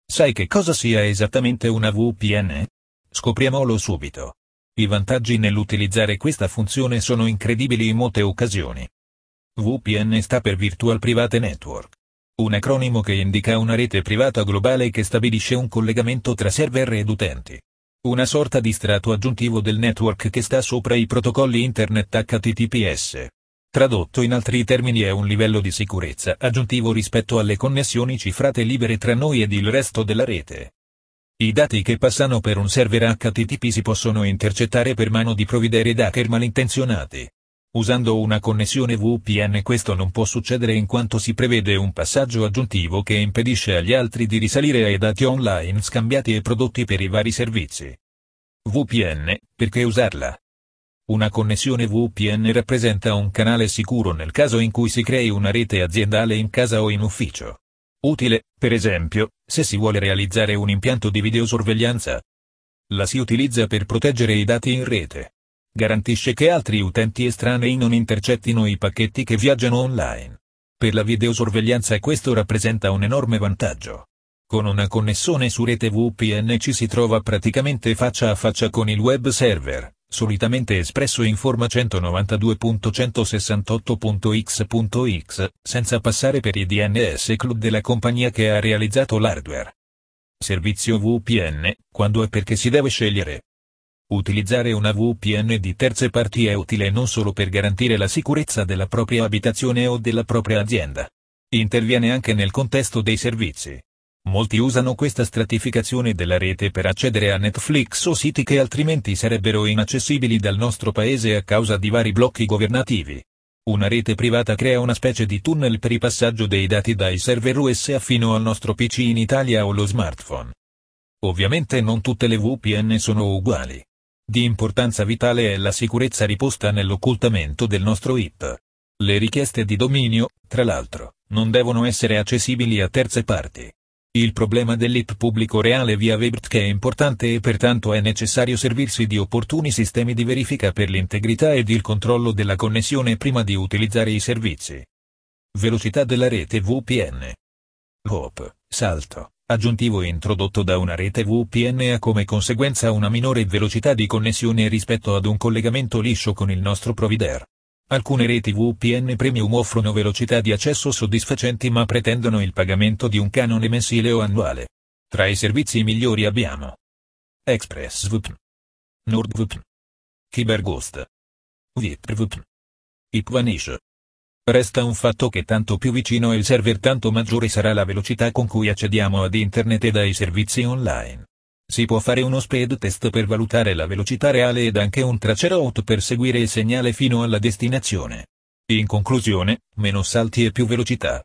Sai che cosa sia esattamente una VPN? Scopriamolo subito. I vantaggi nell'utilizzare questa funzione sono incredibili in molte occasioni. VPN sta per Virtual Private Network. Un acronimo che indica una rete privata globale che stabilisce un collegamento tra server ed utenti. Una sorta di strato aggiuntivo del network che sta sopra i protocolli Internet HTTPS. Tradotto in altri termini è un livello di sicurezza aggiuntivo rispetto alle connessioni cifrate libere tra noi ed il resto della rete. I dati che passano per un server HTTP si possono intercettare per mano di provider ed hacker malintenzionati. Usando una connessione VPN questo non può succedere in quanto si prevede un passaggio aggiuntivo che impedisce agli altri di risalire ai dati online scambiati e prodotti per i vari servizi. VPN, perché usarla? Una connessione VPN rappresenta un canale sicuro nel caso in cui si crei una rete aziendale in casa o in ufficio. Utile, per esempio, se si vuole realizzare un impianto di videosorveglianza. La si utilizza per proteggere i dati in rete. Garantisce che altri utenti estranei non intercettino i pacchetti che viaggiano online. Per la videosorveglianza questo rappresenta un enorme vantaggio. Con una connessione su rete VPN ci si trova praticamente faccia a faccia con il web server, solitamente espresso in forma 192.168.x.x, senza passare per i DNS cloud della compagnia che ha realizzato l'hardware. Servizio VPN, quando e perché si deve scegliere. Utilizzare una VPN di terze parti è utile non solo per garantire la sicurezza della propria abitazione o della propria azienda. Interviene anche nel contesto dei servizi. Molti usano questa stratificazione della rete per accedere a Netflix o siti che altrimenti sarebbero inaccessibili dal nostro paese a causa di vari blocchi governativi. Una rete privata crea una specie di tunnel per il passaggio dei dati dai server USA fino al nostro PC in Italia o lo smartphone. Ovviamente non tutte le VPN sono uguali. Di importanza vitale è la sicurezza riposta nell'occultamento del nostro IP. Le richieste di dominio, tra l'altro, non devono essere accessibili a terze parti. Il problema dell'IP pubblico reale via web che è importante e pertanto è necessario servirsi di opportuni sistemi di verifica per l'integrità ed il controllo della connessione prima di utilizzare i servizi. Velocità della rete VPN. Hop, salto, aggiuntivo introdotto da una rete VPN ha come conseguenza una minore velocità di connessione rispetto ad un collegamento liscio con il nostro provider. Alcune reti VPN Premium offrono velocità di accesso soddisfacenti ma pretendono il pagamento di un canone mensile o annuale. Tra i servizi migliori abbiamo ExpressVPN, NordVPN, CyberGhost, VipVPN, IPVanish. Resta un fatto che tanto più vicino è il server tanto maggiore sarà la velocità con cui accediamo ad internet e ai servizi online. Si può fare uno speed test per valutare la velocità reale ed anche un traceroute per seguire il segnale fino alla destinazione. In conclusione, meno salti e più velocità.